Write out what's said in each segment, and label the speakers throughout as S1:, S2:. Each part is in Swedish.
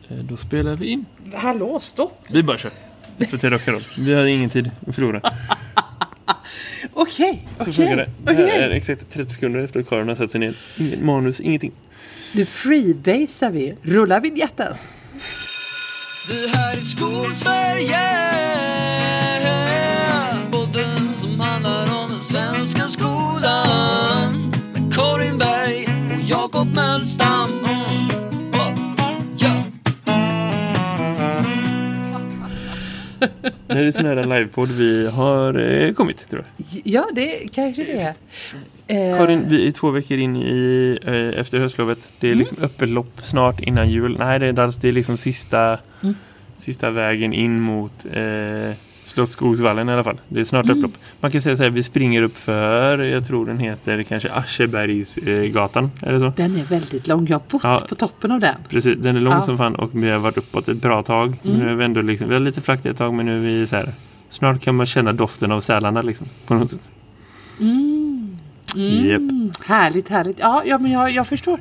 S1: Då spelar vi in.
S2: Hallå, stopp.
S1: Vi bara kör. För till rock'n'roll. Vi har ingen tid att förlora.
S2: Okej.
S1: Så funkar det. Det här är exakt 30 sekunder efter att Karin har satt sig ner. Inget manus, ingenting.
S2: Nu freebasar vi. Rullar vignetten.
S3: Det här är Skolsverige, podden som handlar om den svenska skolan, med Karin Berg och Jakob Mölstam.
S1: Det här är sån här livepodd vi har kommit, tror jag.
S2: Ja, det kanske det är.
S1: Karin, vi är 2 veckor in i efter höstlovet. Det är liksom öppet lopp snart innan jul. Nej, det är inte alls. Det är liksom sista vägen in mot Slottsskogsvallen i alla fall. Det är snart upplopp. Man kan säga så här, vi springer upp för, jag tror den heter kanske Aschebergsgatan, är det så?
S2: Den är väldigt lång. Jag har bott på toppen av den.
S1: Precis, den är lång som fan och vi har varit uppåt ett bra tag. Nu är vi ändå liksom, vi har lite flackt ett tag, men nu är vi så här, snart kan man känna doften av sälarna liksom, på något sätt. Yep.
S2: Härligt. Ja, men jag förstår.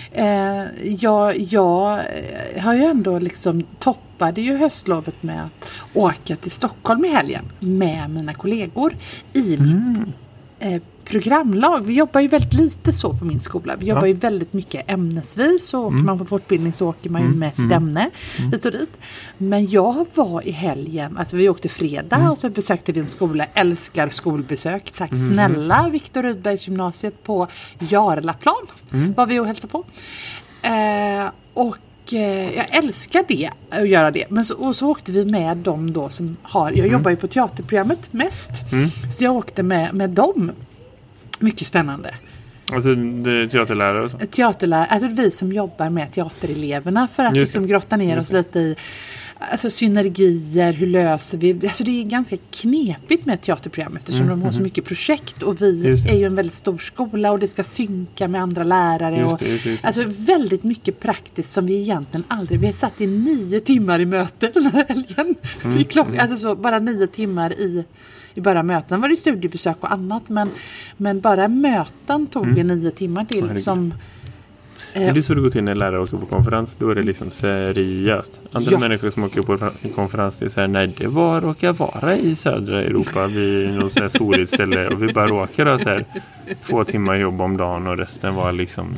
S2: Jag har ju ändå liksom toppade ju höstlovet med att åka till Stockholm i helgen med mina kollegor i mitt programlag. Vi jobbar ju väldigt lite så på min skola. Vi jobbar ju väldigt mycket ämnesvis. Så åker man på fortbildning så åker man ju mest ämne hit och dit. Men jag var i helgen, alltså vi åkte fredag och så besökte vi en skola. Älskar skolbesök. Tack snälla Viktor Rydbergs gymnasiet på Jarlaplan. Var vi och hälsade på. Jag älskar det, att göra det. Men så åkte vi med dem då som har, jag jobbar ju på teaterprogrammet mest. Så jag åkte med dem. Mycket spännande.
S1: Alltså det är teaterlärare och så?
S2: Teaterlärare, alltså vi som jobbar med teatereleverna för att liksom grotta ner oss lite i alltså synergier, hur löser vi, alltså det är ganska knepigt med ett teaterprogram eftersom de har så mycket projekt och vi är ju en väldigt stor skola och det ska synka med andra lärare och alltså väldigt mycket praktiskt som vi egentligen aldrig, vi har satt i 9 timmar i möten den här helgen, alltså så bara 9 timmar i bara möten, var det studiebesök och annat men bara möten tog vi 9 timmar till som
S1: det är så det går till när lärare åker på konferens. Då är det liksom seriöst. Andra människor som åker på en konferens, det är så här, nej, det var råkar vara i södra Europa vid något så här soligt ställe och vi bara råkar ha så här 2 timmar jobb om dagen och resten var liksom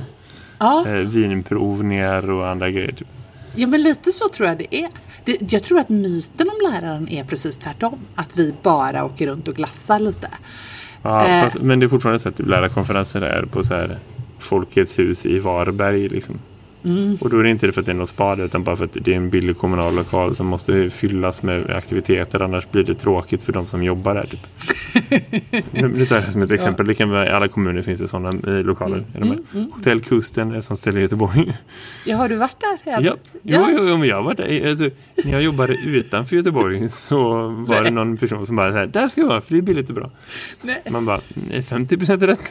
S1: vinprovningar och andra grejer typ.
S2: Ja, men lite så tror jag det är. Jag tror att myten om läraren är precis tvärtom. Att vi bara åker runt och glassar lite.
S1: Ja, men det är fortfarande så att lärarkonferenser är på så här Folkets hus i Varberg liksom. Och då är det inte för att det är något spad utan bara för att det är en billig kommunal lokal som måste fyllas med aktiviteter, annars blir det tråkigt för de som jobbar där typ. Det tar jag som ett exempel. Det kan vara, i alla kommuner finns det sådana lokaler. Hotell Kusten är som ställe i Göteborg.
S2: Ja, har du varit där?
S1: Ja, men jag har varit där. Alltså, när jag jobbade utanför Göteborg så var det någon person som bara så här, där ska jag vara för det är billigt och bra. Nej. Man bara, 50% rätt.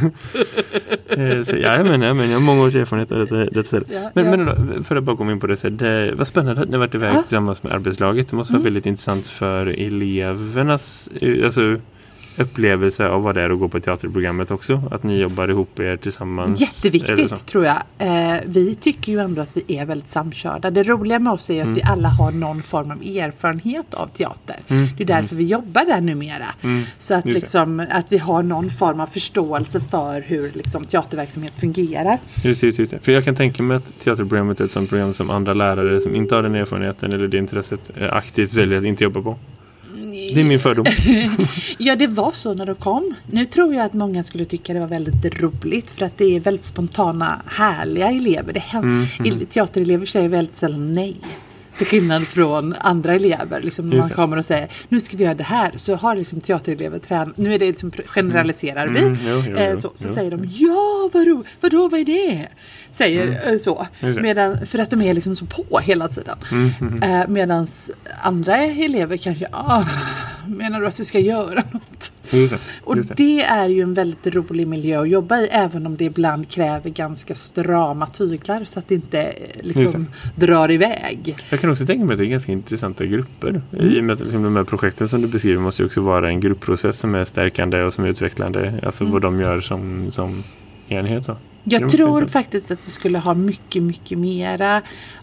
S1: Så, men jag har många års erfarenhet av detta ställe. Men för att bara komma in på det så det var spännande att ni varit iväg tillsammans med arbetslaget. Det måste vara väldigt intressant för elevernas alltså upplevelse av vad det är att gå på teaterprogrammet också. Att ni jobbar ihop er tillsammans.
S2: Jätteviktigt tror jag. Vi tycker ju ändå att vi är väldigt samkörda. Det roliga med oss är att vi alla har någon form av erfarenhet av teater. Det är därför vi jobbar där numera. Så att, liksom, att vi har någon form av förståelse för hur liksom, teaterverksamhet fungerar. Just.
S1: För jag kan tänka mig att teaterprogrammet är ett sånt program som andra lärare som inte har den erfarenheten eller det intresset aktivt väljer att inte jobba på. Det är min fördom.
S2: Ja, det var så när det kom. Nu tror jag att många skulle tycka det var väldigt roligt för att det är väldigt spontana, härliga elever. Teaterelever säger väldigt sällan nej. Till skillnad från andra elever. Liksom, när man kommer och säger, nu ska vi göra det här. Så har liksom teaterelever tränat. Nu är det liksom, generaliserar vi. Så säger de, ja, vad är det? Säger så. För att de är liksom så på hela tiden. Medan andra elever kanske, menar du att vi ska göra något? Och det är ju en väldigt rolig miljö att jobba i, även om det ibland kräver ganska strama tyglar så att det inte liksom drar iväg.
S1: Jag kan också tänka mig att det är ganska intressanta grupper. I och med att liksom, de här projekten som du beskriver måste ju också vara en gruppprocess som är stärkande och som är utvecklande. Alltså vad de gör som enhet så.
S2: Jag tror faktiskt att vi skulle ha mycket, mycket mera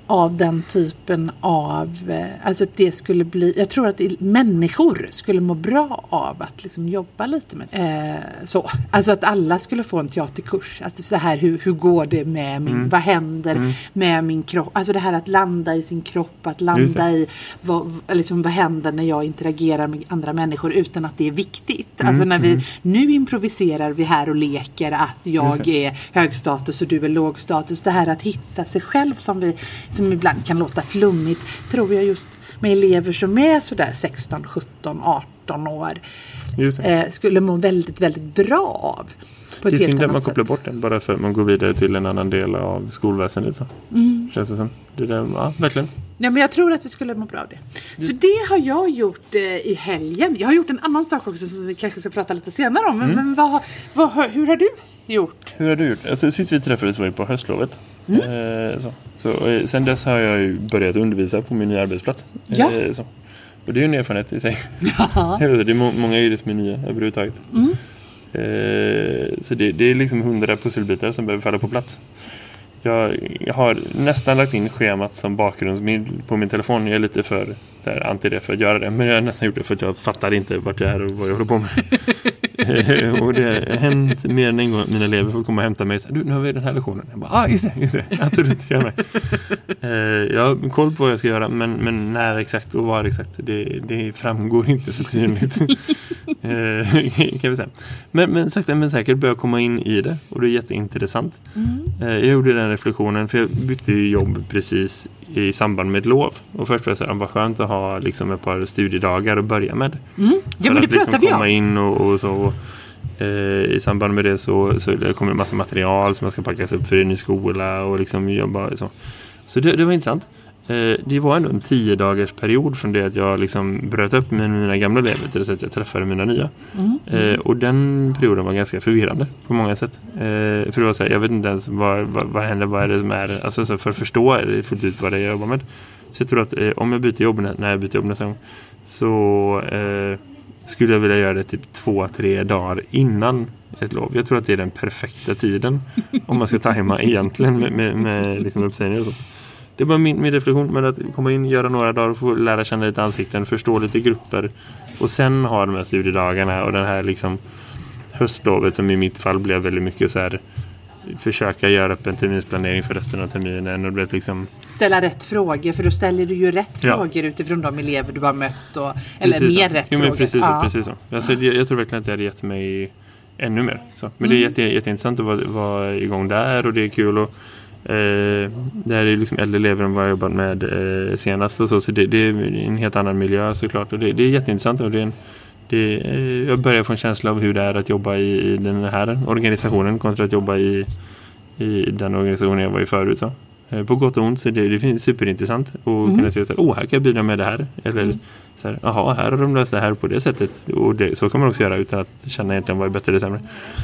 S2: av den typen av, alltså att det skulle bli, jag tror att människor skulle må bra av att liksom jobba lite med så. Alltså att alla skulle få en teaterkurs. Alltså så här, hur går det med min, vad händer med min kropp? Alltså det här att landa i sin kropp, att landa i vad händer när jag interagerar med andra människor utan att det är viktigt. Alltså när vi, nu improviserar vi här och leker att jag är högstatus och du är lågstatus. Det här att hitta sig själv som ibland kan låta flummigt, tror jag just med elever som är sådär 16, 17, 18 år skulle må väldigt, väldigt bra av.
S1: Det är synd att man kopplar bort den bara för att man går vidare till en annan del av skolväsendet. Så. Känns det som. Det där, ja, verkligen.
S2: Ja, men jag tror att vi skulle må bra av det. Så det har jag gjort i helgen. Jag har gjort en annan sak också som vi kanske ska prata lite senare om. Men hur har du gjort?
S1: Hur har du gjort? Alltså, sist vi träffades var ju på höstlovet. Sen dess har jag ju börjat undervisa på min nya arbetsplats.
S2: Ja.
S1: Och det är ju en erfarenhet i sig.
S2: Ja.
S1: Det är många yrken som är nya överhuvudtaget. Så det är liksom 100 pusselbitar som behöver falla på plats. Jag har nästan lagt in schemat som bakgrundsbild på min telefon. Jag är lite för anti det för att göra det. Men jag har nästan gjort det för att jag fattar inte vart jag är och vad jag håller på med. Och det har hänt mer än en gång att mina elever får komma och hämta mig och säga, du, nu har vi den här lektionen. Jag bara, just det. Absolut, gör mig. Jag har koll på vad jag ska göra, men när exakt och var exakt, det framgår inte så synligt. Kan vi säga. Men sakta men säkert börjar komma in i det, och det är jätteintressant. Jag gjorde den reflektionen, för jag bytte ju jobb precis i samband med ett lov. Och först var jag så här, vad skönt att ha liksom ett par studiedagar att börja med.
S2: Ja, men det pratar vi om.
S1: Komma in och så. I samband med det så det kommer en massa material som jag ska packas upp för en ny skola och liksom jobba så. Så det var intressant. Det var ändå en 10 dagars period från det att jag liksom bröt upp med mina gamla elever till det att jag träffade mina nya. Och den perioden var ganska förvirrande på många sätt. För det var så här, jag vet inte ens vad händer, vad är det som är, alltså så för att förstå fullt ut vad det är jag jobbar med. Så jag tror att om jag byter jobb när jag byter jobb nästa gång så skulle jag vilja göra det typ 2-3 dagar innan ett lov. Jag tror att det är den perfekta tiden om man ska tajma egentligen med liksom uppsägningar och så. Det var min reflektion, med att komma in, göra några dagar, få lära känna lite ansikten, förstå lite grupper och sen ha de här studiedagarna och den här liksom höstlovet som i mitt fall blev väldigt mycket så här, försöka göra upp en terminsplanering för resten av terminen och det liksom
S2: ställa rätt frågor, för då ställer du ju rätt frågor utifrån de elever du har mött eller
S1: precis
S2: mer rätt frågor.
S1: Precis så. Alltså, jag tror verkligen att det hade gett mig ännu mer. Så. Men det är jätteintressant att vara igång där, och det är kul och det här är liksom äldre elever än vad jag jobbat med senast och så det är en helt annan miljö såklart, och det är jätteintressant, och jag börjar få en känsla av hur det är att jobba i den här organisationen kontra att jobba i den organisationen jag var i förut så. På gott och ont, så det finns superintressant och kunna se så här, här kan jag bidra med det här, eller så här, jaha, här har de löst det här på det sättet, och så kan man också göra utan att känna egentligen vad är bättre eller sämre.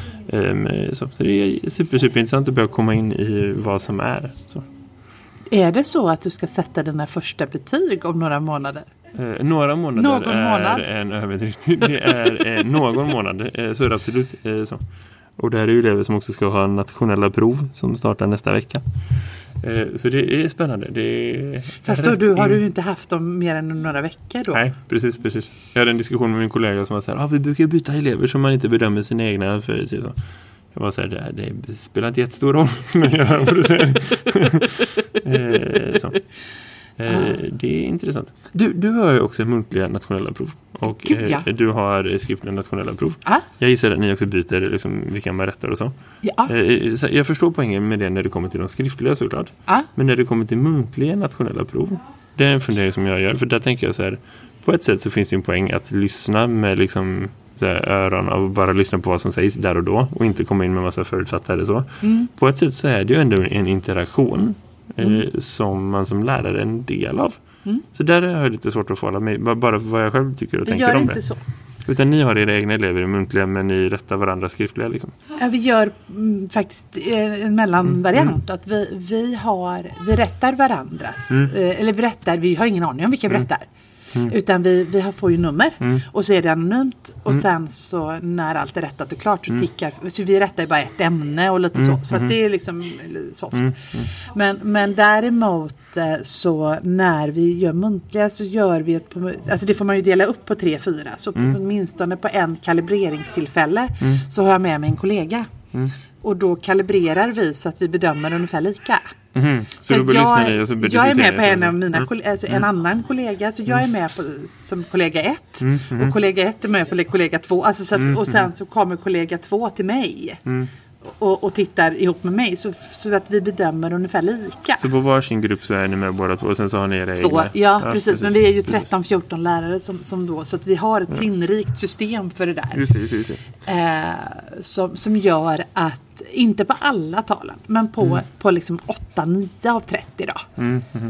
S1: Så det är superintressant att börja komma in i vad som är så.
S2: Är det så att du ska sätta dina första betyg om några månader?
S1: Några månader är en överdrift. Det är någon månad, så är det absolut så. Och det här är ju elever som också ska ha nationella prov som startar nästa vecka. Så det är spännande.
S2: Fast då har du inte haft dem mer än några veckor då?
S1: Nej, precis. Jag hade en diskussion med min kollega som var så här, vi brukar byta elever så man inte bedömer sina egna för sig. Så. Jag var så här, det spelar inte jättestor roll. Men jag hör vad du säger. Så. Det är intressant. Du har ju också muntliga nationella prov. Och du har skriftliga nationella prov. Jag gissar att ni också byter liksom, vilka man rättar och så. Jag förstår poängen med det när det kommer till de skriftliga såklart. Men när det kommer till muntliga nationella prov, det är en fundering som jag gör. För där tänker jag så här, på ett sätt så finns det en poäng att lyssna med liksom så här, öron och bara lyssna på vad som sägs där och då. Och inte komma in med massa förutfattade så. På ett sätt så är det ju ändå en interaktion. Som man som lärare är en del av. Så där har jag lite svårt att förhålla mig. Bara vad jag själv tycker och tänker om det. Det gör inte så. Utan ni har era egna elever i muntliga, men ni rättar varandra skriftliga liksom. Ja,
S2: vi gör faktiskt en mellanvariant. Att vi rättar varandras. Eller vi har ingen aning om vilka vi rättar. Utan vi får ju nummer. Och så är det anonymt. Och sen så när allt är rättat och klart så tickar. Så vi rättar ju bara ett ämne och lite så. Så att det är liksom soft. Men däremot så när vi gör muntliga så gör vi alltså det får man ju dela upp på 3-4. Så åtminstone på en kalibreringstillfälle så har jag med mig en kollega. Och då kalibrerar vi så att vi bedömer ungefär lika.
S1: Så
S2: jag är med på en av mina alltså en annan kollega. Så jag är med på, som kollega 1. Och kollega 1 är med på kollega 2. Alltså så att, och sen så kommer kollega 2 till mig. Och tittar ihop med mig så att vi bedömer ungefär lika.
S1: Så på varsin grupp så är ni med båda två och sen så har ni era egna?
S2: Ja, precis. Men vi är ju 13-14 lärare som då, så att vi har ett sinnrikt system för det där.
S1: Just det.
S2: Som gör att, inte på alla talen, men på liksom 8-9 av 30 då.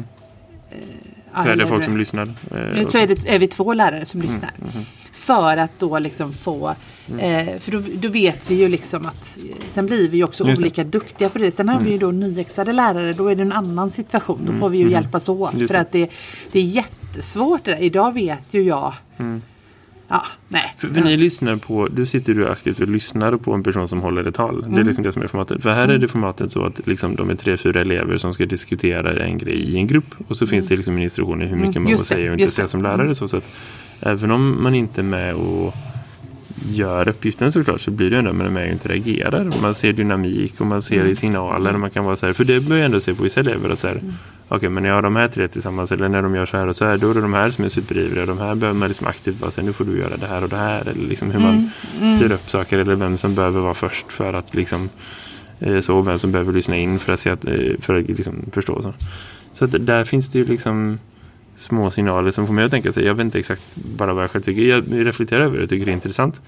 S1: Så är det folk som lyssnar?
S2: Så är vi 2 lärare som lyssnar. För att då liksom få för då vet vi ju liksom att sen blir vi ju också olika duktiga på det. Sen har vi ju då nyexade lärare, då är det en annan situation. Då får vi ju hjälpas åt. För att det är jättesvårt det där. Idag vet ju jag ja, nej.
S1: För ni lyssnar på, du sitter ju aktivt och lyssnar på en person som håller ett tal. Det är liksom det som är formatet. För här är det formatet så att liksom de är 3-4 elever som ska diskutera en grej i en grupp. Och så finns det liksom en instruktion i hur mycket man får säga och inte säga som lärare. Så att även om man inte är med och gör uppgiften såklart, så blir det ändå med och interagerar. Man ser dynamik och man ser i signaler. Och man kan vara så här, för det bör jag ändå se på vissa elever att så här, okej, men när jag har de här 3 tillsammans, eller när de gör så här och så här, då är det de här som är superivriga. De här behöver man liksom aktivt vara så här, nu får du göra det här och det här. Eller liksom hur man styr upp saker, eller vem som behöver vara först för att liksom så, vem som behöver lyssna in för att se att, för att liksom förstå så att där finns det ju liksom små signaler som får mig att tänka sig. Jag vet inte exakt bara vad jag själv tycker. Jag reflekterar över det och tycker det är intressant.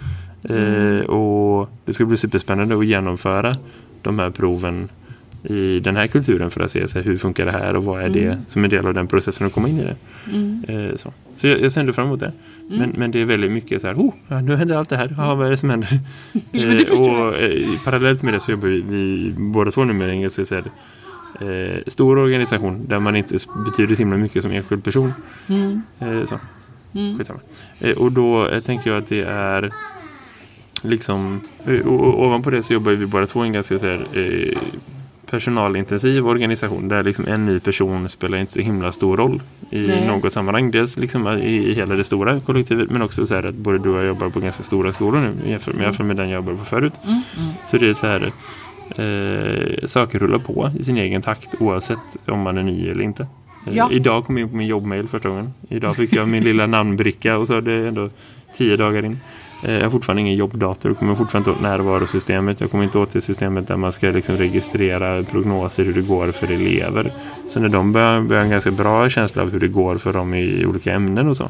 S1: Och det ska bli superspännande att genomföra de här proven i den här kulturen för att se så här, hur funkar det här och vad är det som är del av den processen att komma in i det. Så jag ser ändå fram emot det. Men det är väldigt mycket så här, nu händer allt det här. Vad är det som händer? Och parallellt med det så jobbar vi båda två nu med en ganska stor organisation där man inte betyder så himla mycket som enskild person. Och då tänker jag att det är liksom, och ovanpå det så jobbar vi båda två i en ganska personalintensiv organisation där liksom en ny person spelar inte så himla stor roll i något sammanhang. Dels liksom i hela det stora kollektivet, men också så här att både du och jag jobbar på ganska stora skolor nu jämfört med den jag jobbar på förut. Så det är så här, saker rullar på i sin egen takt oavsett om man är ny eller inte. Idag kom jag in på min jobbmail första gången. Idag fick jag min lilla namnbricka och så är det ändå 10 dagar in. Jag har fortfarande ingen jobbdator. Jag kommer fortfarande åt närvarosystemet. Jag kommer inte åt det systemet där man ska liksom registrera prognoser hur det går för elever. Så när de börjar en ganska bra känsla av hur det går för dem i olika ämnen och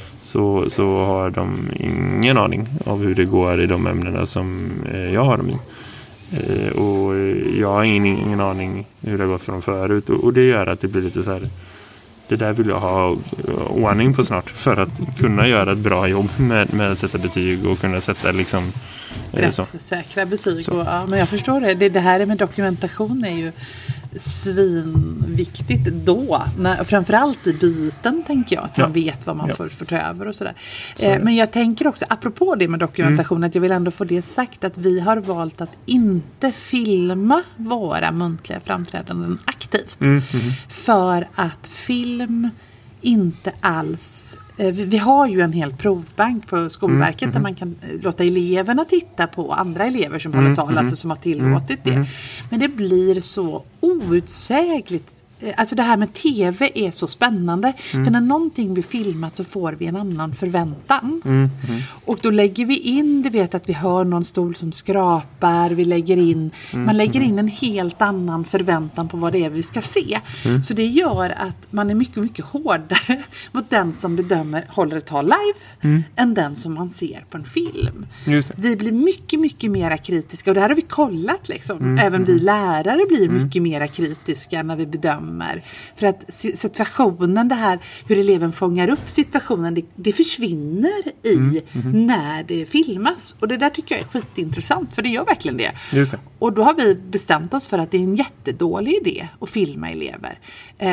S1: så har de ingen aning av hur det går i de ämnena som jag har dem i. Och jag har ingen aning hur det har gått för dem förut. Och det gör att det blir lite så här, det där vill jag ha ordning på snart för att kunna göra ett bra jobb med att sätta betyg och kunna sätta liksom
S2: rättssäkra betyg. Och, men jag förstår det. Det här med dokumentation är ju svinviktigt då. Framförallt i byten tänker jag. Att man vet vad man får ta över och sådär. Men jag tänker också, apropå det med dokumentation, att jag vill ändå få det sagt att vi har valt att inte filma våra muntliga framträdanden aktivt. För att film inte alls... Vi har ju en hel provbank på Skolverket där man kan låta eleverna titta på andra elever som håller tal, alltså som har tillåtit det. Men det blir så outsägligt. Alltså det här med tv är så spännande. För när någonting blir filmat så får vi en annan förväntan. Och då lägger vi in, du vet att vi hör någon stol som skrapar. Vi lägger in, man lägger in en helt annan förväntan på vad det är vi ska se. Så det gör att man är mycket, mycket hårdare mot den som bedömer, håller ett tal live än den som man ser på en film. Vi blir mycket, mycket mera kritiska. Och det här har vi kollat liksom. Även vi lärare blir mycket mera kritiska när vi bedömer. För att situationen, det här hur eleven fångar upp situationen, det försvinner i när det filmas. Och det där tycker jag är skitintressant, för det gör verkligen det. Och då har vi bestämt oss för att det är en jättedålig idé att filma elever.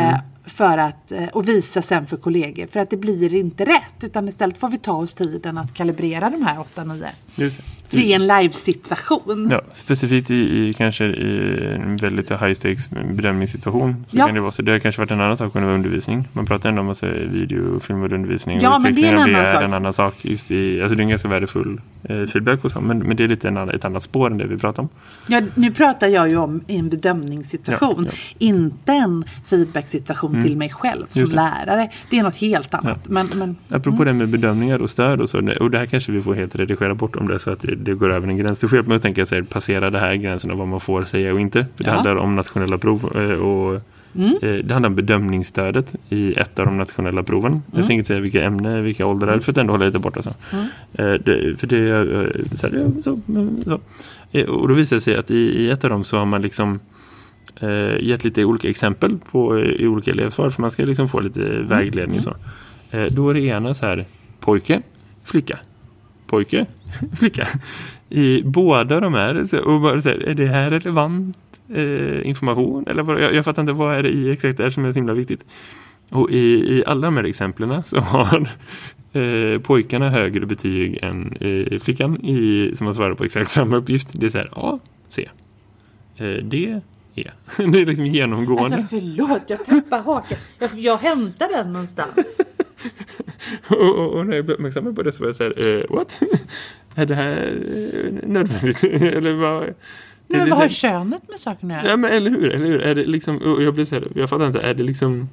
S2: för att, och visa sen för kollegor. För att det blir inte rätt. Utan istället får vi ta oss tiden att kalibrera de här 8-9.
S1: Just det.
S2: För det är en live-situation.
S1: Ja, specifikt i kanske i en väldigt så high stakes bedömningssituation så kan det vara så. Det har kanske varit en annan sak under undervisning. Man pratar ändå om video, och filmundervisning.
S2: Ja, men det är
S1: en annan sak. Just i, alltså det är en ganska värdefull feedback och så, men det är lite ett annat spår än det vi pratar om.
S2: Ja, nu pratar jag ju om en bedömningssituation.
S1: Ja.
S2: Inte en feedbacksituation till mig själv som lärare. Det är något helt annat.
S1: Ja.
S2: Men,
S1: apropå det med bedömningar och stöd och så, och det här kanske vi får helt redigera bort om det så att det går över en gräns. Det får man tänka sig passera det här gränsen av vad man får säga och inte. För det handlar om nationella prov och det handlar om bedömningsstödet i ett av de nationella proven. Jag tänker inte säga vilka ämnen, vilka åldrar, för att ändå hålla lite borta så. För det är så. Och då visar det sig att i ett av dem så har man liksom gett lite olika exempel på i olika elevsvar för man ska liksom få lite vägledning så. Då är det ena så här pojke, flicka. Pojke, flicka. I båda de här och bara så här, är det här relevant information eller jag fattar inte vad är det i exakt det som är så himla viktigt. Och i alla de här exemplen så har pojkarna högre betyg än flickan som har svarat på exakt samma uppgift. Det är så här A, C. D, E. Det är liksom genomgående.
S2: alltså förlåt, jag tappar haken. Jag hämtar den någonstans.
S1: och när jag blev uppmärksamma på det så var jag så här, what? Är det här nödvändigt? Eller vad?
S2: Nej, men vad har könet med saken att göra?
S1: Ja, men eller hur? Är det liksom, och jag blir så här, jag fattar inte, är det liksom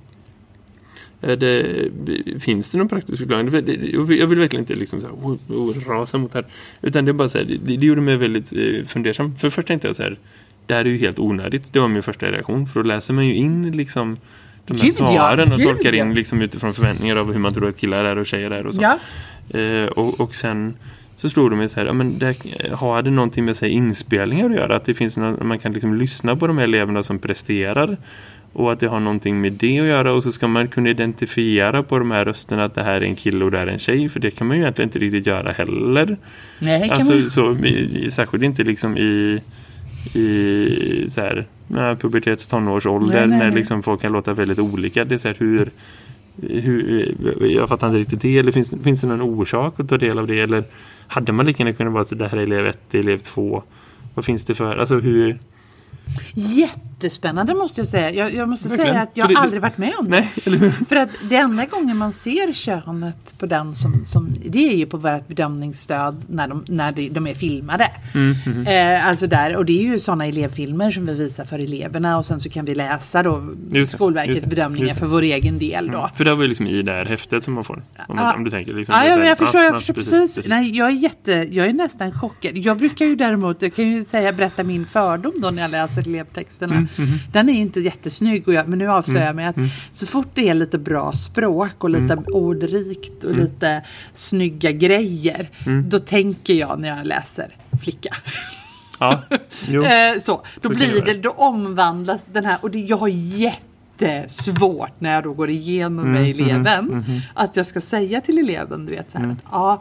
S1: finns det någon praktisk förklaring? Jag vill verkligen inte liksom så här, rasa mot det här. Utan det är bara så här, det gjorde mig väldigt fundersam. För först tänkte jag så här, det här är ju helt onödigt. Det var min första reaktion. För då läser man ju in liksom de här svaren och tolkar in liksom utifrån förväntningar av hur man tror att killar är och tjejer är och så.
S2: Ja.
S1: Och sen så slog de mig så här, ja, men har det någonting med sig inspelningar att göra? Att det finns man kan liksom lyssna på de här eleverna som presterar och att det har någonting med det att göra och så ska man kunna identifiera på de här rösterna att det här är en kille och det här är en tjej, för det kan man ju egentligen inte riktigt göra heller.
S2: Nej, kan
S1: alltså,
S2: man...
S1: så, särskilt inte liksom i så här, pubertets tonårsålder när liksom folk kan låta väldigt olika. Det är så här, hur jag fattar inte riktigt det. Eller finns det någon orsak att ta del av det? Eller hade man lika gärna kunnat vara att det här är elev 1, elev 2? Vad finns det för? Alltså hur...
S2: Jättespännande måste jag säga. Jag måste säga att jag aldrig varit med om det.
S1: Nej, eller hur?
S2: För att det enda gången man ser könet på den som det är ju på vårt bedömningsstöd när de är filmade. Alltså där, och det är ju sådana elevfilmer som vi visar för eleverna och sen så kan vi läsa då Skolverkets bedömningar för vår egen del då.
S1: För det var ju liksom i det här häftet som man får. Om du tänker liksom.
S2: Ja, men jag förstår precis. Nej, jag är nästan chockad. Jag brukar ju däremot, jag kan ju berätta min fördom då när jag läser elevtexterna. Den är inte jättesnygg men nu avslöjar jag mig att så fort det är lite bra språk och lite ordrikt och lite snygga grejer, då tänker jag när jag läser flicka.
S1: Ja.
S2: Då blir det, då omvandlas den här, och jag har jättesvårt när jag då går igenom med eleven att jag ska säga till eleven, du vet så här, att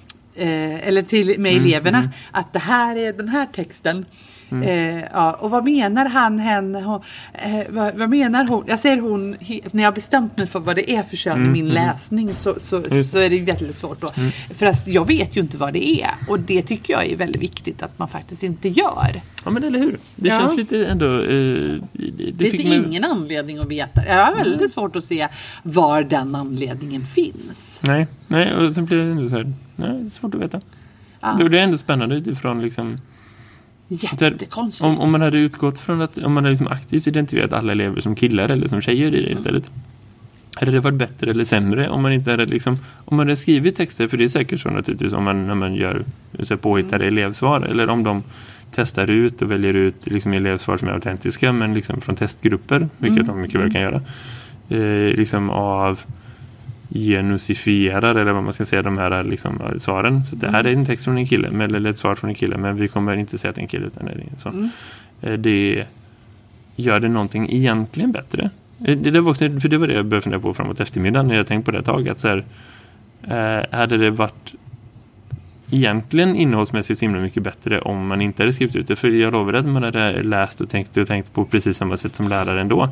S2: eller med eleverna att det här är den här texten. Och vad menar han, henne, vad menar hon? Jag säger hon, när jag har bestämt mig för vad det är för kön i min läsning så är det ju väldigt svårt då. För att jag vet ju inte vad det är, och det tycker jag är väldigt viktigt att man faktiskt inte gör.
S1: Ja, men eller hur? Det känns lite ändå...
S2: Det finns ingen anledning att veta. Jag har väldigt svårt att se var den anledningen finns.
S1: Nej, och sen blir det ändå så här... Nej, det är svårt att veta. Ja. Det är ändå spännande utifrån liksom...
S2: Jättekonstigt.
S1: Om man hade utgått från att om man hade liksom aktivt identifierat alla elever som killar eller som tjejer i det istället. Hade det varit bättre eller sämre om man inte hade liksom, om man hade skrivit texter, för det är säkert så naturligtvis om man, när man gör så påhittade elevsvar, eller om de testar ut och väljer ut liksom elevsvar som är autentiska men liksom från testgrupper, vilket de mycket väl kan göra. Liksom av genusifierar eller vad man ska säga de här liksom, svaren. Så det här är en text från en kille eller ett svar från en kille, men vi kommer inte säga att det är en kille utan det är så. Det gör det någonting egentligen bättre. Det var också, för det var det jag började fundera på framåt eftermiddagen när jag tänkte på det ett tag, att så här, hade det varit egentligen innehållsmässigt himla mycket bättre om man inte hade skrivit ut det, för jag lovar att man hade läst och tänkt på precis samma sätt som lärare ändå.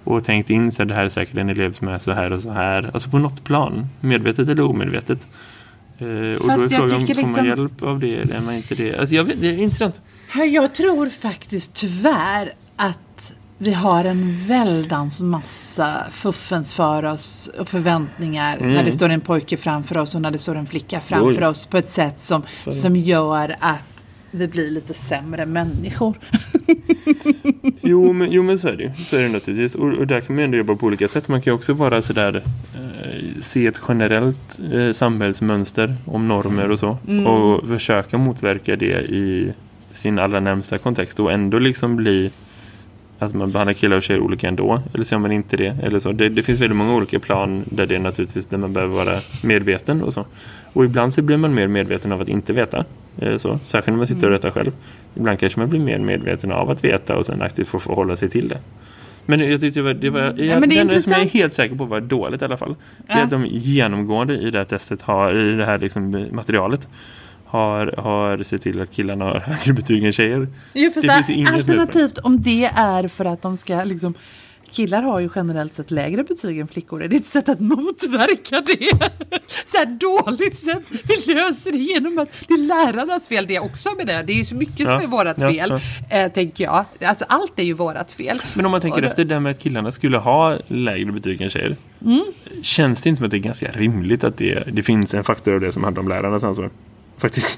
S1: och tänkt in så det här är säkert en elev som är så här och så här. Alltså på något plan, medvetet eller omedvetet. Och då är frågan om får man hjälp av det eller är man inte det? Alltså jag vet, det är intressant.
S2: Jag tror faktiskt tyvärr att vi har en väldans massa fuffens för oss och förväntningar när det står en pojke framför oss och när det står en flicka framför oss på ett sätt som gör att vi blir lite sämre människor.
S1: Jo, men så är det ju. Så är det naturligtvis. Och där kan man ändå jobba på olika sätt. Man kan ju också vara sådär se ett generellt samhällsmönster om normer och så. Och försöka motverka det i sin allra närmsta kontext. Och ändå liksom bli att man behandlar killar och tjejer olika ändå. Eller så gör man inte det. Eller så. Det finns väldigt många olika plan där det är naturligtvis där man behöver vara medveten och så. Och ibland så blir man mer medveten av att inte veta. Så. Särskilt när man sitter och rättar själv. Ibland kanske man blir mer medveten av att veta och sen aktivt få förhålla sig till det. Men jag tyckte det var som jag är helt säker på var dåligt i alla fall. Det är att de genomgående i det här testet i det här liksom materialet har sett till att killarna har högre betyg än tjejer.
S2: Jo, för det finns alternativt om det är för att de ska liksom, killar har ju generellt sett lägre betyg än flickor. Det är ett sätt att motverka det. Så här dåligt sätt. Vi löser det genom att det är lärarnas fel. Det är också med det. Det är ju så mycket som är vårat fel, tänker jag. Alltså allt är ju vårat fel.
S1: Men om man tänker efter det med att killarna skulle ha lägre betyg än tjejer. Känns det inte som att det är ganska rimligt att det finns en faktor av det som handlar om lärarnas ansvar? Faktiskt.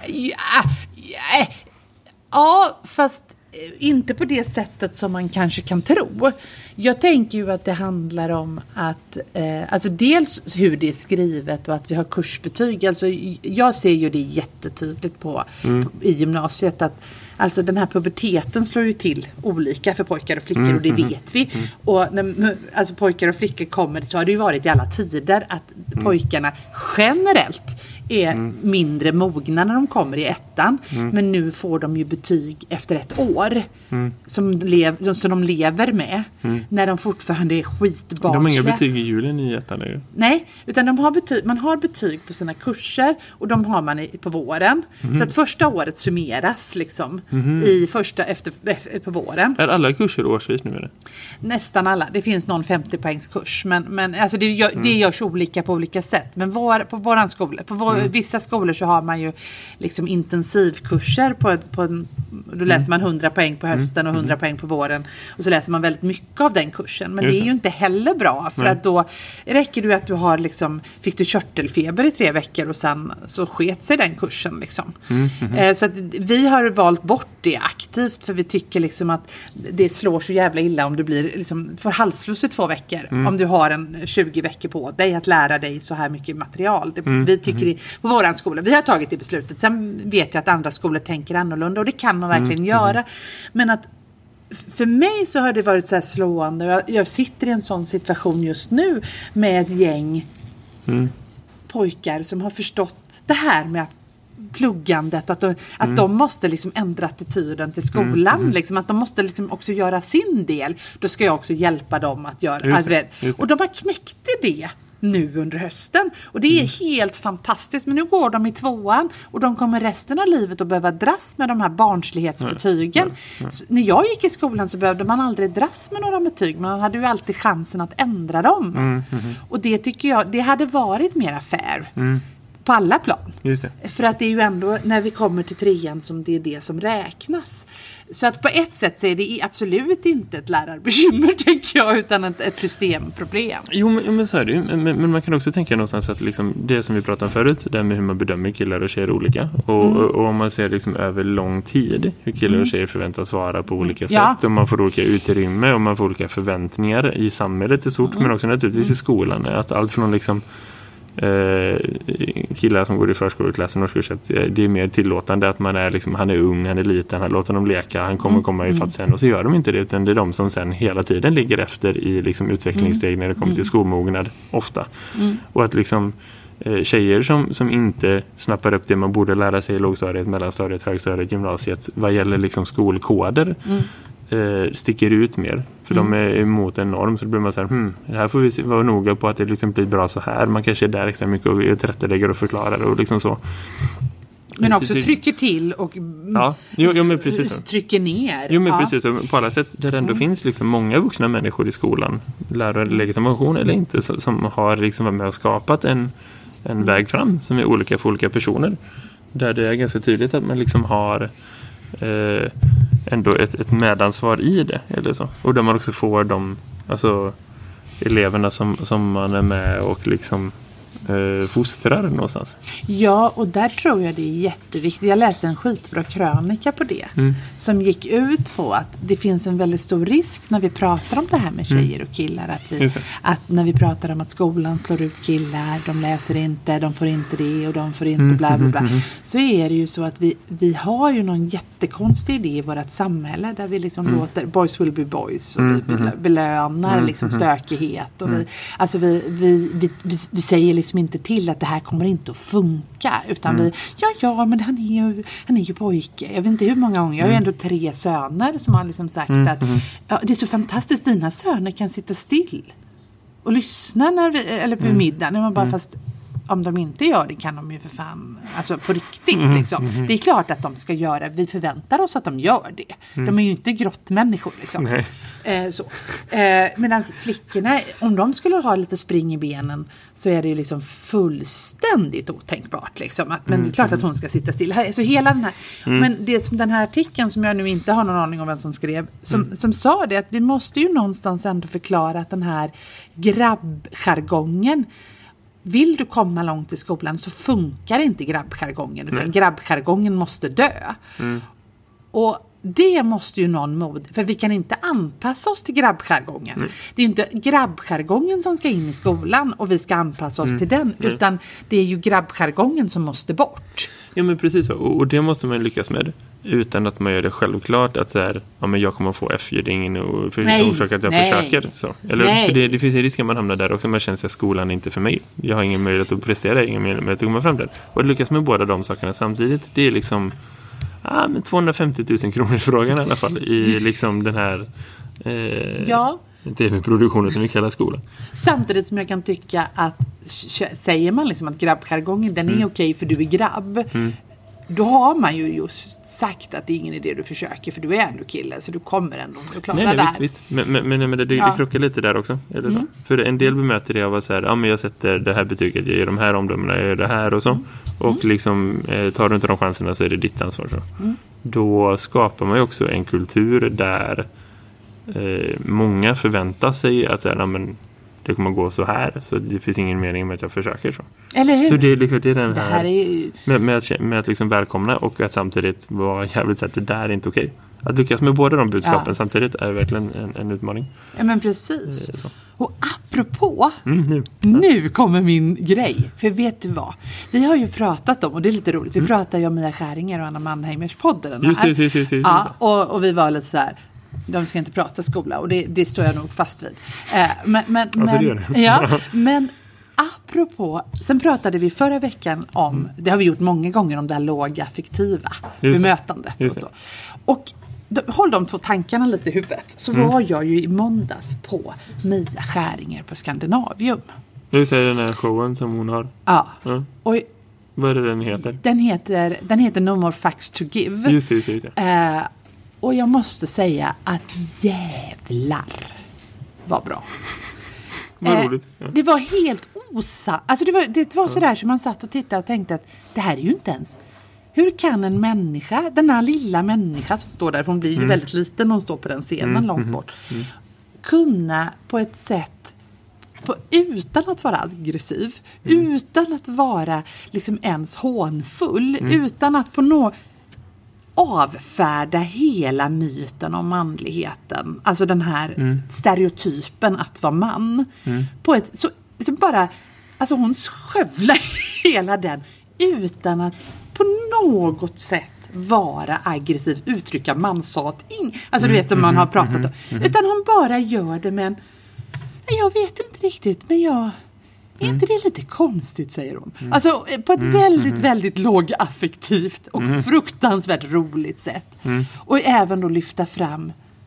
S2: Ja, fast inte på det sättet som man kanske kan tro. Jag tänker ju att det handlar om att alltså dels hur det är skrivet och att vi har kursbetyg. Alltså jag ser ju det jättetydligt i gymnasiet att alltså den här puberteten slår ju till olika för pojkar och flickor och det vet vi. Och när alltså pojkar och flickor kommer, så har det ju varit i alla tider att pojkarna generellt är mindre mogna när de kommer i ettan. Men nu får de ju betyg efter ett år som de lever med när de fortfarande är skitbarnsliga.
S1: De har inga betyg i julen i ettan nu.
S2: Nej, utan man har betyg på sina kurser och de har man på våren. Så att första året summeras liksom i första på våren.
S1: Är alla kurser årsvis nu eller?
S2: Nästan alla. Det finns någon 50-poängskurs men alltså det görs olika på olika sätt. Men på våran skola, vissa skolor så har man ju liksom intensivkurser då läser man 100 poäng på hösten och 100 poäng på våren och så läser man väldigt mycket av den kursen. Men det är ju inte heller bra för att då räcker det att du har liksom, fick du körtelfeber i 3 veckor och sen så sket sig den kursen liksom. Så att vi har valt bort det aktivt för vi tycker liksom att det slår så jävla illa om du blir liksom för halsfluss i 2 veckor om du har en 20 veckor på dig att lära dig så här mycket material. Vi tycker på våran skola, vi har tagit det beslutet. Sen vet jag att andra skolor tänker annorlunda och det kan man verkligen göra. Men att för mig så har det varit så här slående. Jag sitter i en sån situation just nu med ett gäng pojkar som har förstått det här med att pluggandet, att de måste liksom ändra attityden till skolan, liksom, att de måste liksom också göra sin del. Då ska jag också hjälpa dem att göra det. Och de har knäckt det nu under hösten. Och det är helt fantastiskt. Men nu går de i 2:an och de kommer resten av livet att behöva dras med de här barnslighetsbetygen. När jag gick i skolan så behövde man aldrig dras med några betyg. Man hade ju alltid chansen att ändra dem. Och det tycker jag, det hade varit mer fair. På alla plan.
S1: Just det.
S2: För att det är ju ändå när vi kommer till 3:an som det är det som räknas. Så att på ett sätt så är det absolut inte ett lärarbekymmer tänker jag utan ett systemproblem.
S1: Jo men så är det ju. Men man kan också tänka någonstans att liksom det som vi pratade om förut, det med hur man bedömer killar och tjejer olika. Och om man ser liksom över lång tid hur killar och tjejer förväntas vara på olika sätt. Och man får olika utrymme och man får olika förväntningar i samhället i stort men också naturligtvis i skolan. Att allt från liksom killar som går i förskoleklassen och det är mer tillåtande att man är liksom, han är ung, han är liten, han låter dem leka, han kommer komma i fatt sen och så gör de inte det utan det är de som sen hela tiden ligger efter i liksom utvecklingssteg när det kommer till skolmognad ofta. Och att liksom tjejer som inte snappar upp det man borde lära sig i lågstadiet, mellanstadiet, högstadiet, gymnasiet vad gäller liksom skolkoder sticker ut mer. För de är emot en norm så då blir man så här, här får vi vara noga på att det liksom blir bra så här. Man kanske är där extra mycket och tillrättalägger och förklarar och liksom så.
S2: Men också trycker till och
S1: men precis.
S2: Trycker ner.
S1: Jo, men precis. På alla sätt där det ändå finns liksom många vuxna människor i skolan, lärare, legitimation eller inte, som har liksom varit med och skapat en väg fram som är olika för olika personer. Där det är ganska tydligt att man liksom har ändå ett medansvar i det. Eller så. Och där man också får de eleverna som man är med och liksom fostrar någonstans.
S2: Ja, och där tror jag det är jätteviktigt. Jag läste en skitbra krönika på det. Som gick ut på att det finns en väldigt stor risk när vi pratar om det här med tjejer och killar. Att när vi pratar om att skolan slår ut killar, de läser inte, de får inte det och de får inte bla bla bla. Så är det ju så att vi har ju någon jättekonstig idé i vårt samhälle där vi liksom låter boys will be boys och vi belönar liksom stökighet. Och vi säger liksom inte till att det här kommer inte att funka, utan men han är ju pojke. Jag vet inte hur många gånger. Jag har ju ändå 3 söner som har liksom sagt att det är så fantastiskt, dina söner kan sitta still och lyssna eller på middagen. När man bara fast om de inte gör det kan de ju för fan, alltså på riktigt liksom. Det är klart att de ska göra, vi förväntar oss att de gör det. De är ju inte grottmänniskor liksom. Medan flickorna, om de skulle ha lite spring i benen, så är det liksom fullständigt otänkbart liksom. Men det är klart att hon ska sitta still. Så hela den här, men det som den här artikeln som jag nu inte har någon aning om vem som skrev, som sa det, att vi måste ju någonstans ändå förklara att den här grabbjargongen, vill du komma långt i skolan så funkar inte grabbjargongen, utan grabbjargongen måste dö. Och det måste ju någon för vi kan inte anpassa oss till grabbjargongen. Det är ju inte grabbjargongen som ska in i skolan och vi ska anpassa oss till den, utan det är ju grabbjargongen som måste bort.
S1: Ja, men precis så. Och det måste man lyckas med utan att man gör det självklart att så här, men jag kommer få F, det är ingen orsak att jag försöker. Så. Eller, för det finns en risk att man hamnar där också, man känner att skolan är inte för mig. Jag har ingen möjlighet att prestera, ingen möjlighet att komma fram där. Och att lyckas med båda de sakerna samtidigt, det är liksom men 250 000 kronor frågan i alla fall i liksom den här TV-produktionen som vi kallar skolan.
S2: Samtidigt som jag kan tycka att säger man liksom att grabbjargongen den är okej för du är grabb, då har man ju just sagt att det är ingen idé du försöker, för du är ändå kille, så du kommer ändå att klara det här.
S1: Visst. Men det krockar lite där också. Eller så. För en del bemöter det av att säga, men jag sätter det här betyget, jag gör de här omdömena, jag gör det här och så. Och liksom tar du inte de chanserna så är det ditt ansvar. Så. Då skapar man ju också en kultur där många förväntar sig att säga, men det kommer gå så här, så det finns ingen mening med att jag försöker så.
S2: Eller hur?
S1: Så det är liksom den
S2: det här är...
S1: med att liksom välkomna och att samtidigt vara jävligt så att det där är inte okej. Att lyckas med båda de budskapen samtidigt är verkligen en utmaning.
S2: Ja, men precis. Och apropå, nu kommer min grej. För vet du vad? Vi har ju pratat om, och det är lite roligt, vi pratar ju om Mia Skäringer och Anna Mannheimers podden.
S1: Just.
S2: Ja, och vi var lite så här, de ska inte prata skola, och det står jag nog fast vid. Men apropå, sen pratade vi förra veckan om, det har vi gjort många gånger, om det här lågaffektiva bemötandet och så. Och håll de 2 tankarna lite i huvudet, så var jag ju i måndags på Mia Skäringer på Skandinavium.
S1: Du säger den här showen som hon har.
S2: Ja. Och
S1: vad är det den heter?
S2: Den heter No More Facts to Give.
S1: Just.
S2: Och jag måste säga att jävlar var bra.
S1: Vad roligt. Ja.
S2: Det var helt alltså det var sådär som man satt och tittade och tänkte att det här är ju inte ens... Hur kan en människa, den här lilla människa som står där, för hon blir ju väldigt liten när hon står på den scenen långt bort, kunna på ett sätt, utan att vara aggressiv, utan att vara liksom ens hånfull, utan att på något avfärda hela myten om manligheten, alltså den här stereotypen att vara man, på ett så bara, alltså hon skövlar hela den utan att på något sätt vara aggressiv, uttrycka manshat, alltså du vet som man har pratat om, utan hon bara gör det, men jag vet inte riktigt, men är inte det lite konstigt, säger hon. Alltså på ett väldigt, väldigt lågaffektivt och fruktansvärt roligt sätt. Och även då lyfta fram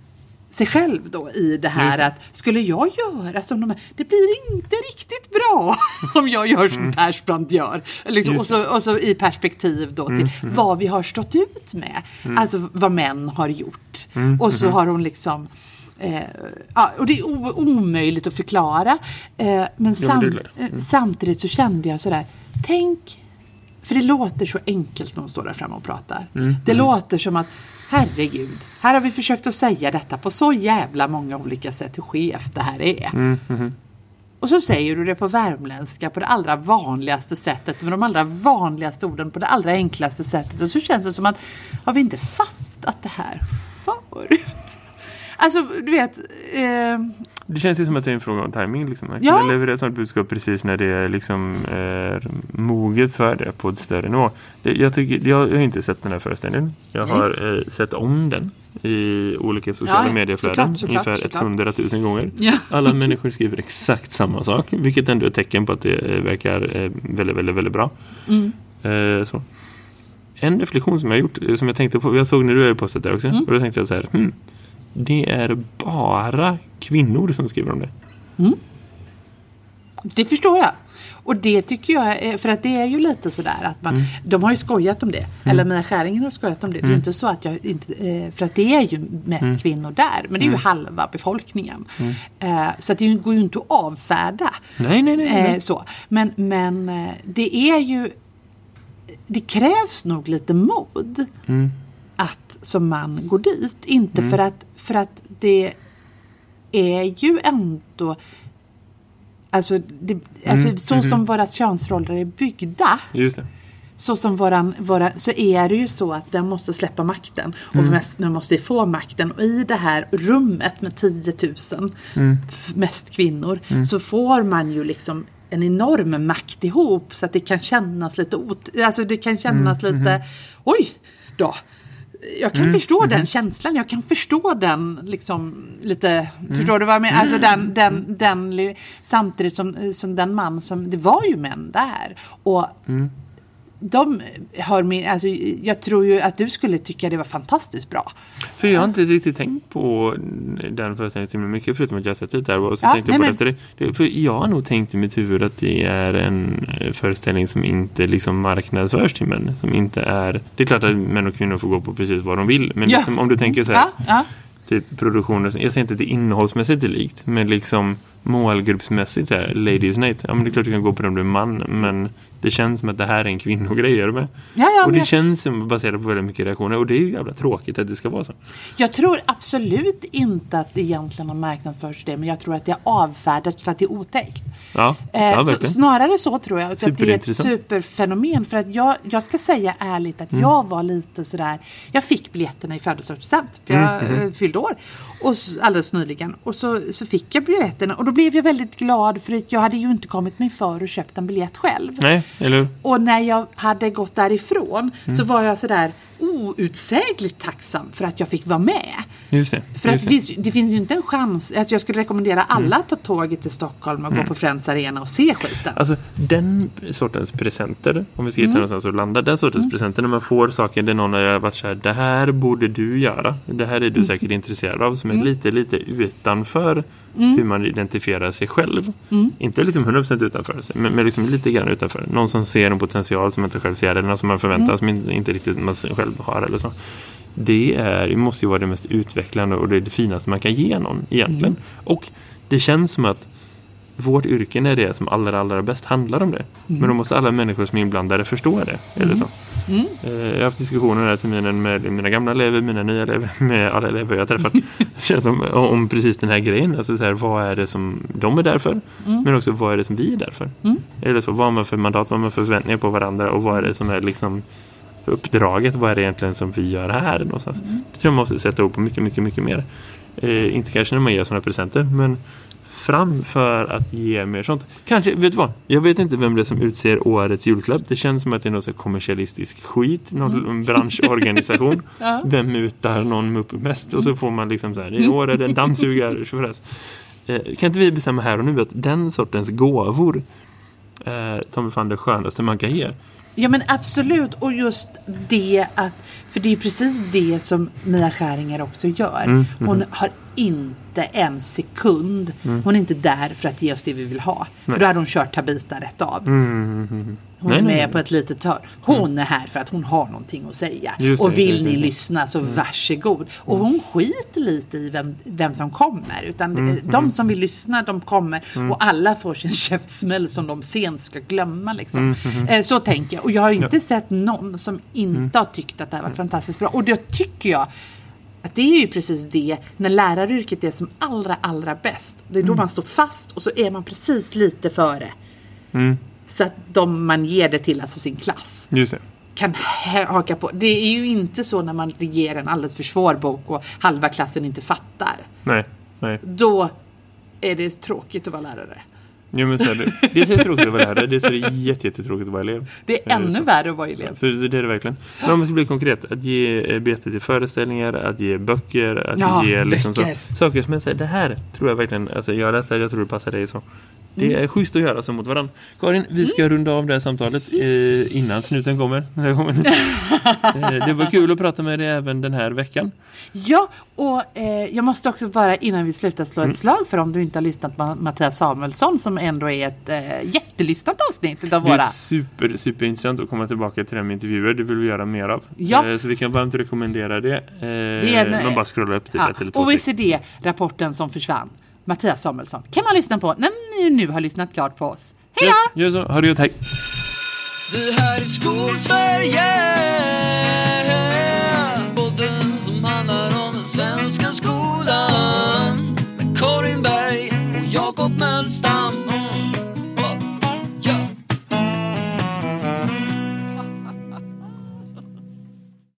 S2: sig själv då i det här att skulle jag göra som de här, det blir inte riktigt bra om jag gör som Persbrandt gör. Liksom, och så i perspektiv då till vad vi har stått ut med. Alltså vad män har gjort. Och så har hon liksom och det är omöjligt att förklara. Men samtidigt så kände jag sådär, tänk, för det låter så enkelt när de står där framme och pratar. Det låter som att herregud, här har vi försökt att säga detta på så jävla många olika sätt hur skevt det här är. Och så säger du det på värmländska på det allra vanligaste sättet, med de allra vanligaste orden på det allra enklaste sättet. Och så känns det som att, har vi inte fattat det här förut? Alltså, du vet...
S1: Det känns ju som att det är en fråga om timing. Liksom. Jag levererar sånt budskap precis när det liksom är moget för det på ett större nivå. Jag har inte sett den här föreställningen. Jag har sett om den i olika sociala medieflöden ungefär 100 000 gånger. Ja. Alla människor skriver exakt samma sak, vilket ändå är ett tecken på att det verkar väldigt, väldigt, väldigt bra. Så. En reflektion som jag har gjort, som jag tänkte på, jag såg när du hade postat där också, och då tänkte jag så här, det är bara kvinnor som skriver om det.
S2: Det förstår jag. Och det tycker jag, för att det är ju lite sådär att man, de har ju skojat om det. Eller Mia Skäringen har skojat om det. Det är ju inte så att jag inte, för att det är ju mest kvinnor där. Men det är ju halva befolkningen. Så att det går ju inte att avfärda.
S1: Nej.
S2: Så. Men det är ju, det krävs nog lite mod att som man går dit. Inte för att det är ju ändå så som våra könsroller är byggda.
S1: Just det.
S2: Så som så är det ju så att den måste släppa makten och man måste få makten, och i det här rummet med 10 000 mest kvinnor så får man ju liksom en enorm makt ihop, så att det kan kännas lite lite oj då. Jag kan förstå den känslan, jag kan förstå den liksom lite, förstår du vad jag menar? Alltså den samtidigt som den man som, det var ju män där, och de har alltså jag tror ju att du skulle tycka det var fantastiskt bra.
S1: För jag har inte riktigt tänkt på den föreställningen så mycket, förutom att jag har sett det där och så tänkte jag på efter det. För jag har nog tänkt i mitt huvud att det är en föreställning som inte liksom marknadsförs till män, som inte är, det är klart att män och kvinnor får gå på precis vad de vill, men liksom, om du tänker så här typ produktioner, jag säger inte att det innehållsmässigt är likt, men liksom målgruppsmässigt så här, Ladies Night, ja men det är klart du kan gå på den om du är man, men det känns som att det här är en kvinnogrej med. Och det känns som baserat på väldigt mycket reaktioner, och det är ju jävla tråkigt att det ska vara så.
S2: Jag tror absolut inte att det egentligen har marknadsförs det, men jag tror att det är avfärdat för att det är otäckt. Snarare så tror jag att det är ett superfenomen, för att jag ska säga ärligt att jag var lite sådär, jag fick biljetterna i födelsedagspresent för jag fyllde år och alldeles nyligen, och så fick jag biljetterna, och då blev jag väldigt glad, för att jag hade ju inte kommit mig för och köpt en biljett själv.
S1: Nej, eller?
S2: Och när jag hade gått därifrån så var jag sådär outsägligt tacksam för att jag fick vara med.
S1: Just det.
S2: För att det finns ju inte en chans. Alltså jag skulle rekommendera alla att ta tåget till Stockholm och gå på Friends Arena och se skiten.
S1: Alltså den sortens presenter, om vi ska hitta någonstans att landa, den sortens presenter när man får saker där någon har varit så här, det här borde du göra. Det här är du säkert intresserad av, som är lite utanför hur man identifierar sig själv. Inte liksom 100% utanför sig, men liksom lite grann utanför. Någon som ser en potential som man inte själv ser, eller någon som man förväntar som inte riktigt man själv har eller så. Det måste ju vara det mest utvecklande och det är det finaste man kan ge någon egentligen. Och det känns som att vårt yrke är det som allra bäst handlar om det. Men då måste alla människor som är inblandade förstå det. Eller så. Jag har haft diskussioner den här terminen med mina gamla elever, mina nya elever, med alla elever jag har träffat. Känns om precis den här grejen. Alltså så här, vad är det som de är där för? Men också vad är det som vi är där för? Eller så, vad har man för mandat, vad har man för förväntningar på varandra, och vad är det som är liksom uppdraget, vad är det egentligen som vi gör här någonstans? Det tror jag man måste sätta upp på mycket mer. Inte kanske när man ger sådana presenter, men framför att ge mer sånt. Kanske, vet du vad? Jag vet inte vem det är som utser årets julklapp. Det känns som att det är någon så kommersialistisk skit, någon branschorganisation. Vem utar någon upp mest? Och så får man liksom så här, i år är det en dammsugare. Kan inte vi bestämma här och nu att den sortens gåvor tar fan det skönaste man kan ge?
S2: Ja, men absolut, och just det att, för det är precis det som Mia Skäringer också gör. Hon har inte en sekund. Hon är inte där för att ge oss det vi vill ha. För då hade hon kört Tabita rätt av. Hon är med på ett litet hörn. Hon är här för att hon har någonting att säga. Och vill ni lyssna så varsågod. Och hon skiter lite i vem som kommer. Utan de som vill lyssna, de kommer. Och alla får sin käftsmäll som de sen ska glömma. Liksom. Så tänker jag. Och jag har inte sett någon som inte har tyckt att det här varit fantastiskt bra. Och det tycker jag att det är ju precis det när läraryrket är som allra bäst. Det är då man står fast och så är man precis lite före. Så att man ger det till alltså sin klass.
S1: Just det.
S2: Kan haka på. Det är ju inte så när man ger en alldeles för svår bok och halva klassen inte fattar.
S1: Nej.
S2: Då är det tråkigt att vara lärare.
S1: Jo, men så är det är så tråkigt att vara lärare. Det är så jättetråkigt att vara elev.
S2: Det är ännu värre att vara elev.
S1: Så det är det verkligen. Men om man ska bli konkret, att ge bete till föreställningar, att ge böcker, att ge liksom så, saker som jag säger, det här tror jag verkligen, alltså jag läste, jag tror det passar dig så. Det är schysst att göra så mot varandra. Karin, vi ska runda av det här samtalet innan snuten kommer. Det var kul att prata med dig även den här veckan. Ja, och jag måste också bara innan vi slutar slå ett slag för om du inte har lyssnat på Mattias Samuelsson som ändå är ett jättelyssnat avsnitt av våra. Det är superintressant att komma tillbaka till de intervjuer. Det vill vi göra mer av. Ja. Så vi kan varmt rekommendera det. Man bara scrollar upp till ett eller två. OECD-rapporten som försvann. Mattias Samuelsson. Kan man lyssna på när ni nu har lyssnat klart på oss. Hej då! Gör så. Ha det gott, hej! Du här i Skolsverige